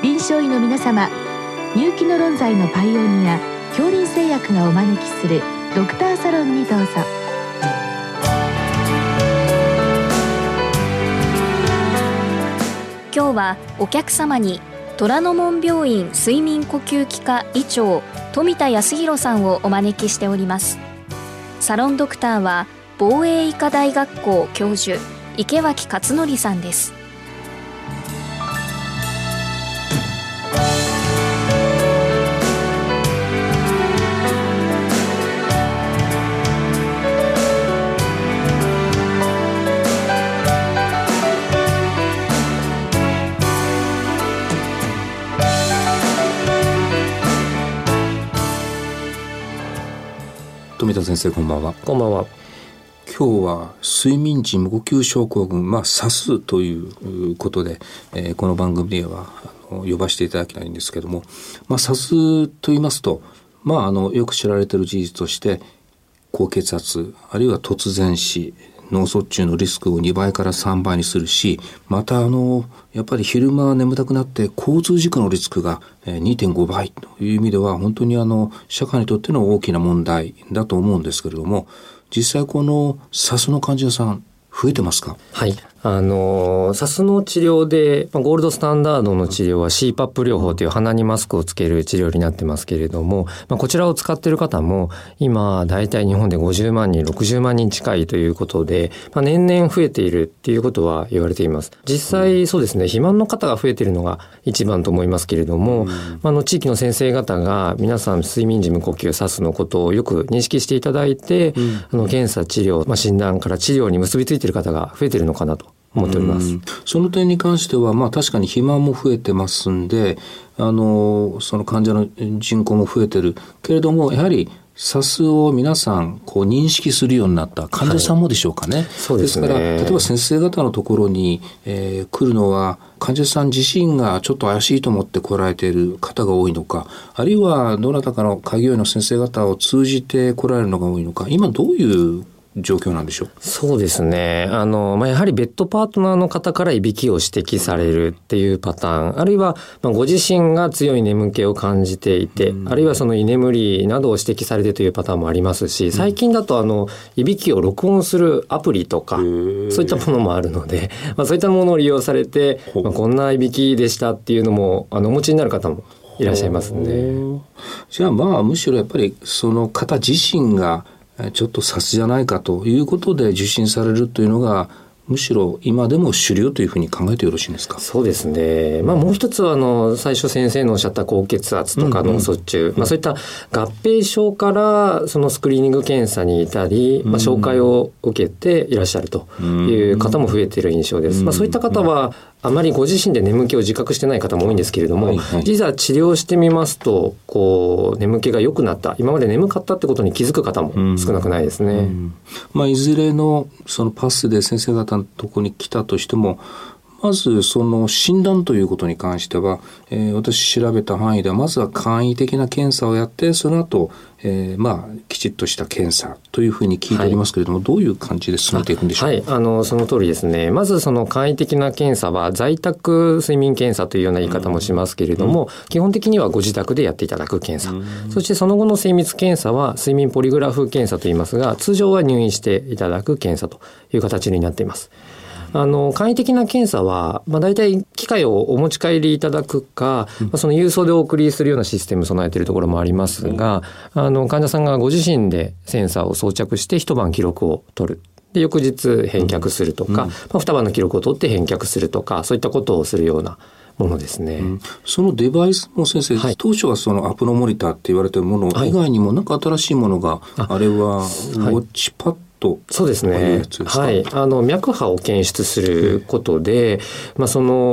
臨床医の皆様、入気の論剤のパイオニア杏林製薬がお招きするドクターサロンにどうぞ。 今日はお客様に虎ノ門病院睡眠呼吸器科医長富田康弘さんをお招きしております。サロンドクターは防衛医科大学校教授池脇勝則さんです。 富田先生、こんばんは。 こんばんは。 今日は睡眠時無呼吸症候群、SASS ということで、この番組では呼ばせていただきたいんですけども、SASS と言いますと、よく知られている事実として高血圧あるいは突然死、脳卒中のリスクを2倍から3倍にするし、またやっぱり昼間眠たくなって交通事故のリスクが 2.5 倍という意味では本当に社会にとっての大きな問題だと思うんですけれども、実際この SASS の患者さん増えてますか？ はい。SASS の治療で、ゴールドスタンダードの治療は CPAP 療法という鼻にマスクをつける治療になってますけれども、こちらを使っている方も今だいたい日本で50万人、60万人近いということで、年々増えているっていうことは言われています。実際そうですね、肥満の方が増えているのが一番と思いますけれども、地域の先生方が皆さん睡眠時無呼吸 SASS のことをよく認識していただいて、検査治療、診断から治療に結びついている方が増えているのかなと思っております。 その点に関しては、確かに肥満も増えてますんで、その患者の人口も増えてるけれども、やはりSASSを皆さん認識するようになった患者さんもでしょうかね。 そうですね。 ですから例えば先生方のところに、来るのは患者さん自身がちょっと怪しいと思って来られている方が多いのか、あるいはどなたかの開業医の先生方を通じて来られるのが多いのか、今どういう状況なんでしょう？ そうですね。やはりベッドパートナーの方からいびきを指摘されるっていうパターン、あるいは、ご自身が強い眠気を感じていて、あるいはその居眠りなどを指摘されてというパターンもありますし、最近だといびきを録音するアプリとか、そういったものもあるので、そういったものを利用されて、こんないびきでしたっていうのも、お持ちになる方もいらっしゃいますね。 じゃあむしろやっぱりその方自身がちょっとSASSじゃないかということで受診されるというのがむしろ今でも主流というふうに考えてよろしいんですか？ そうですね。もう一つは最初先生のおっしゃった高血圧とか脳卒中、そういった合併症からそのスクリーニング検査に至り、紹介を受けていらっしゃるという方も増えている印象です。そういった方はあまりご自身で眠気を自覚してない方も多いんですけれども、実は治療してみますと眠気が良くなった、今まで眠かったってことに気づく方も少なくないですね。 いずれのそのパスで先生方のところに来たとしても、まずその診断ということに関しては、私調べた範囲ではまずは簡易的な検査をやって、その後、きちっとした検査というふうに聞いておりますけれども、どういう感じで進めていくんでしょうか？ その通りですね。まずその簡易的な検査は在宅睡眠検査というような言い方もしますけれども、基本的にはご自宅でやっていただく検査、そしてその後の精密検査は睡眠ポリグラフ検査といいますが、通常は入院していただく検査という形になっています。簡易的な検査は、だいたい機械をお持ち帰りいただくか、その郵送でお送りするようなシステムを備えているところもありますが、患者さんがご自身でセンサーを装着して一晩記録を取る。で、翌日返却するとか、二晩の記録を取って返却するとか、そういったことをするようなものですね。 そのデバイスも先生、当初はそのアプロモニターって言われているもの以外にもなんか新しいものが、あれはウォッチパッド、 そうですね。脈波を検出することで、実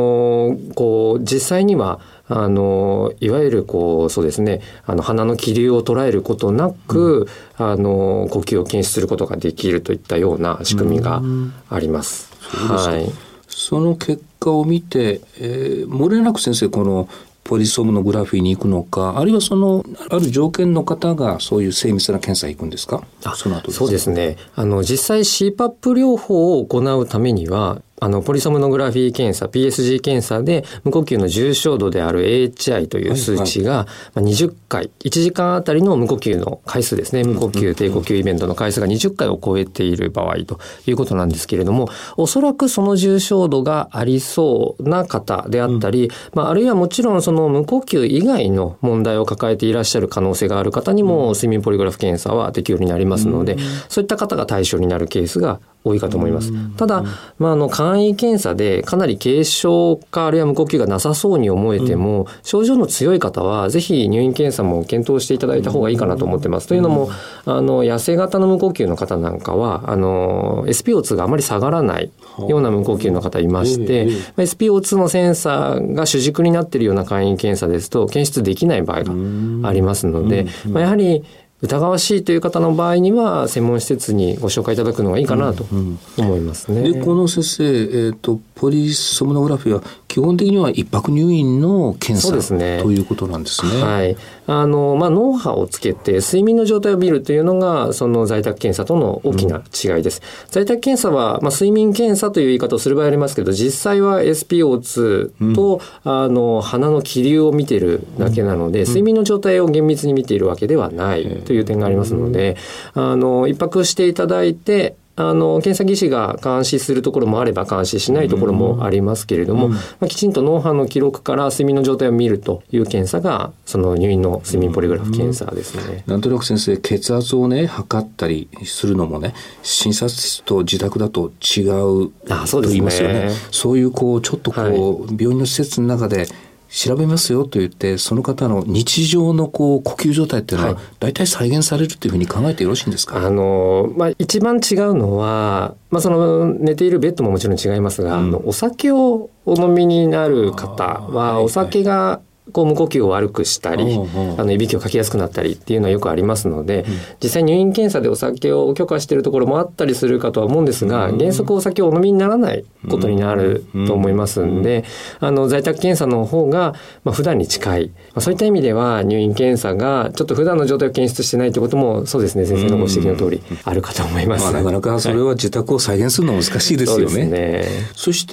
際にはいわゆるそうですね、鼻の気流を捉えることなく、呼吸を検出することができるといったような仕組みがあります。 その結果を見て、漏れなく先生、このポリソムノグラフィーに行くのか、あるいはある条件の方がそういう精密な検査に行くんですか？その後ですか？ そうですね。実際 CPAP 療法を行うためには、 ポリソムノグラフィー検査 PSG 検査で無呼吸の重症度である AHI という数値が20回1時間あたりの無呼吸の回数ですね、無呼吸低呼吸イベントの回数が20回を超えている場合ということなんですけれども、おそらくその重症度がありそうな方であったり、あるいはもちろんその無呼吸以外の問題を抱えていらっしゃる可能性がある方にも睡眠ポリグラフ検査は適用になりますので、そういった方が対象になるケースが多いかと思います。ただ、簡易検査でかなり軽症かあるいは無呼吸がなさそうに思えても、症状の強い方はぜひ入院検査も検討していただいた方がいいかなと思ってます。というのも、痩せ型の無呼吸の方なんかはSpO2 があまり下がらないような無呼吸の方いまして、SpO2 のセンサーが主軸になっているような簡易検査ですと検出できない場合がありますので、やはり疑わしいという方の場合には専門施設にご紹介いただくのがいいかなと思いますね。 でこの先生、ポリソムノグラフィーは基本的には一泊入院の検査、ということなんですね。 はい。脳波をつけて睡眠の状態を見るというのがその在宅検査との大きな違いです。在宅検査は、睡眠検査という言い方をする場合ありますけど、実際は SpO2 と、鼻の気流を見ているだけなので、睡眠の状態を厳密に見ているわけではないという点がありますので、一泊していただいて検査技師が監視するところもあれば監視しないところもありますけれども、きちんと脳波の記録から睡眠の状態を見るという検査がその入院の睡眠ポリグラフ検査ですね。 なんとなく先生、血圧をね測ったりするのもね、診察室と自宅だと違うと言いますよね。そういうちょっと病院の施設の中で調べますよと言って、その方の日常の呼吸状態っていうのは大体再現されるというふうに考えてよろしいんですか？ 一番違うのは、その寝ているベッドももちろん違いますが、お酒をお飲みになる方はお酒が無呼吸を悪くしたり、いびきをかきやすくなったりっていうのはよくありますので、実際入院検査でお酒を許可しているところもあったりするかとは思うんですが、原則お酒をお飲みにならないことになると思いますんで、在宅検査の方が普段に近い、そういった意味では入院検査がちょっと普段の状態を検出してないということも、そうですね、先生のご指摘の通りあるかと思います。 なかなかそれは自宅を再現するのは難しいですよね。そうですね。そして、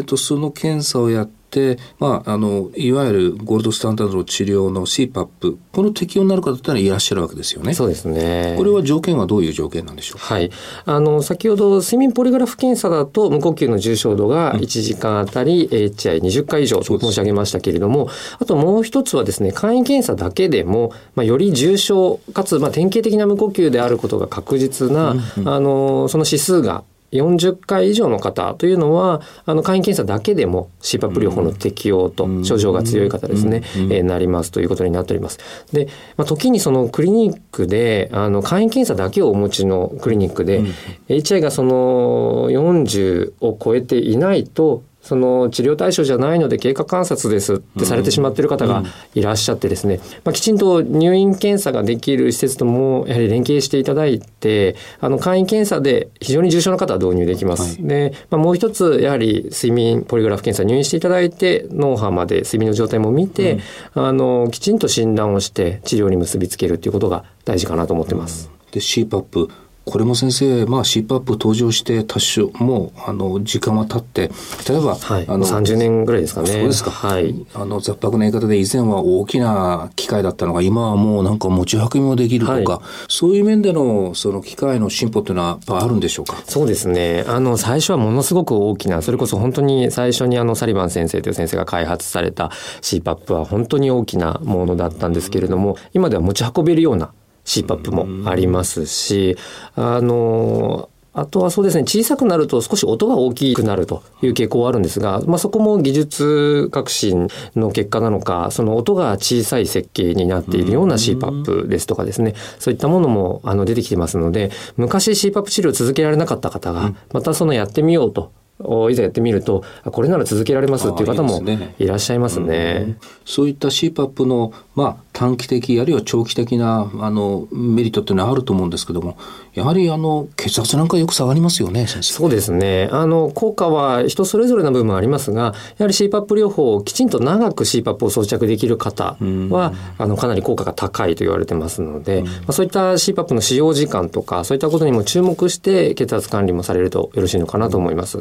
その検査をやっていわゆるゴールドスタンダードの治療の CPAP、 この適用になる方ってのはいらっしゃるわけですよね。 そうですね。 これは条件はどういう条件なんでしょうか？ はい。先ほど睡眠ポリグラフ検査だと無呼吸の重症度が1時間あたり AHI20 回以上と申し上げましたけれども、あともう一つはですね、簡易検査だけでも、より重症かつ典型的な無呼吸であることが確実な、その指数が40回以上の方というのは簡易検査だけでも CPAP 療法の適用と症状が強い方ですね、なりますということになっております。で、時にそのクリニックで簡易検査だけをお持ちのクリニックで、HI がその40を超えていないとその治療対象じゃないので経過観察ですってされてしまっている方がいらっしゃってですね、きちんと入院検査ができる施設ともやはり連携していただいて、簡易検査で非常に重症な方は導入できます。で、もう一つやはり睡眠ポリグラフ検査入院していただいて脳波まで睡眠の状態も見て、きちんと診断をして治療に結びつけるということが大事かなと思ってます。 で CPAP、これも先生、CPAP 登場して多少もう時間は経って、例えば、 30年ぐらいですかね。 そうですか。 はい。 雑白な言い方で、以前は大きな機械だったのが今はもうなんか持ち運びもできるとか、そういう面でのその機械の進歩っていうのはやっぱあるんでしょうか？ そうですね。最初はものすごく大きな、それこそ本当に最初にサリバン先生という先生が開発された CPAP は本当に大きなものだったんですけれども、今では持ち運べるようなCPAP もありますし、あとはそうですね、小さくなると少し音が大きくなるという傾向はあるんですが、そこも技術革新の結果なのか、その音が小さい設計になっているような CPAP ですとかですね、そういったものも出てきてますので、昔 CPAP 治療を続けられなかった方がまたやってみようといざやってみると、これなら続けられますっていう方もいらっしゃいますね。 そういった CPAP の、短期的あるいは長期的なメリットっていうのはあると思うんですけども、やはり血圧なんかよく下がりますよね、先生。 そうですね。効果は人それぞれの部分もありますが、やはり CPAP 療法をきちんと長く CPAP を装着できる方はかなり効果が高いと言われてますので、そういった CPAP の使用時間とかそういったことにも注目して血圧管理もされるとよろしいのかなと思います。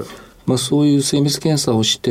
そういう精密検査をして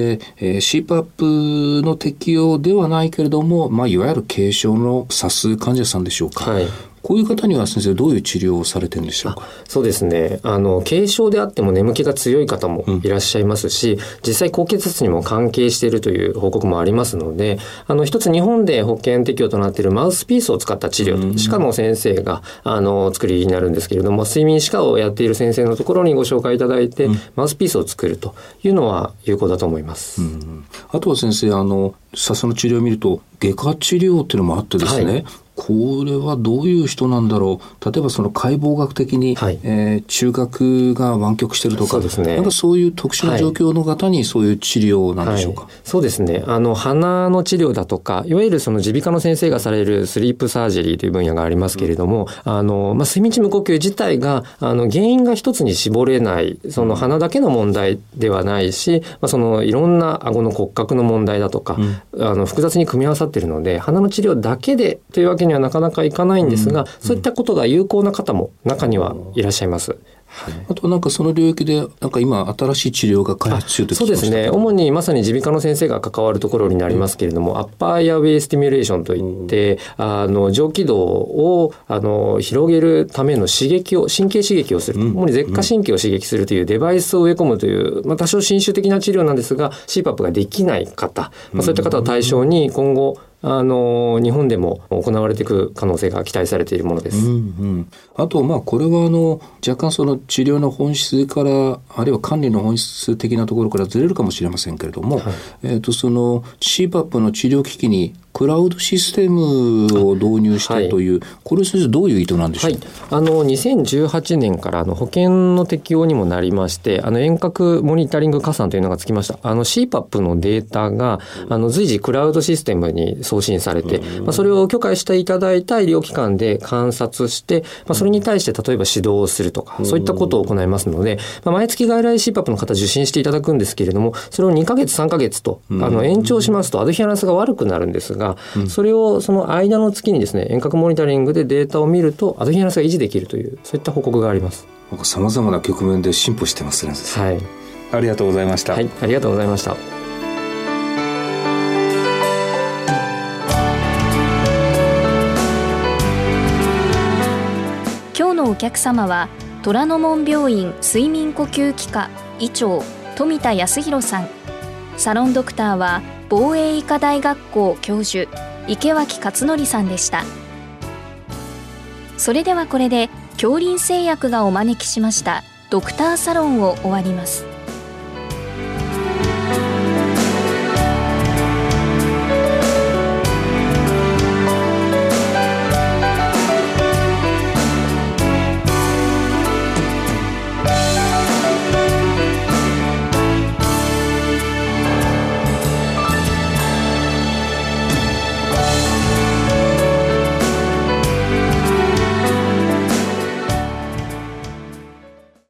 、CPAP の適用ではないけれども、いわゆる軽症のサス患者さんでしょうか。はい、こういう方には先生どういう治療をされてるんでしょうか。 そうですね。軽症であっても眠気が強い方もいらっしゃいますし、実際高血圧にも関係しているという報告もありますので、一つ日本で保険適用となっているマウスピースを使った治療と、歯科の先生が作りになるんですけれども、睡眠歯科をやっている先生のところにご紹介いただいて、マウスピースを作るというのは有効だと思います。 あとは先生、サスの治療を見ると外科治療っていうのもあってですね、はい、これはどういう人なんだろう。例えばその解剖学的に、はい、中核が湾曲してるとか、そうですね、なんかそういう特殊な状況の方にそういう治療なんでしょうか。 そうですね。鼻の治療だとか、いわゆるその耳鼻科の先生がされるスリープサージェリーという分野がありますけれども、睡眠時無呼吸自体が原因が一つに絞れない、その鼻だけの問題ではないし、そのいろんな顎の骨格の問題だとか、複雑に組み合わさっているので、鼻の治療だけでというわけにはなかなかいかないんですが、そういったことが有効な方も中にはいらっしゃいます。 はい、あとなんかその領域でなんか今新しい治療が開発中と聞きました。 そうですね。主にまさに耳鼻科の先生が関わるところになりますけれども、アッパーエアウェイスティミュレーションといって、上気道を広げるための刺激を、神経刺激をする、主に舌下神経を刺激するというデバイスを植え込むという、多少侵襲的な治療なんですが、CPAP ができない方、そういった方を対象に今後日本でも行われていく可能性が期待されているものです。 あとこれは若干その治療の本質からあるいは管理の本質的なところからずれるかもしれませんけれども、はい、その CPAP の治療機器にクラウドシステムを導入したという、はい、これ先生どういう意図なんでしょうか。 はい、2018年から保険の適用にもなりまして、遠隔モニタリング加算というのがつきました。CPAP のデータが随時クラウドシステムに送信されて、それを許可していただいた医療機関で観察して、それに対して例えば指導をするとか、そういったことを行いますので、毎月外来 CPAP の方受診していただくんですけれども、それを2ヶ月3ヶ月と延長しますとアドヒアランスが悪くなるんですが、それをその間の月にですね、遠隔モニタリングでデータを見るとアドヒアランスが維持できるという、そういった報告があります。 さまざまな局面で進歩してますね。 はい。 ありがとうございました。 はい、ありがとうございました。 今日のお客様は虎ノ門病院睡眠呼吸器科医長富田康弘さん、サロンドクターは防衛医科大学校教授池脇勝則さんでした。それではこれで京林製薬がお招きしましたドクターサロンを終わります。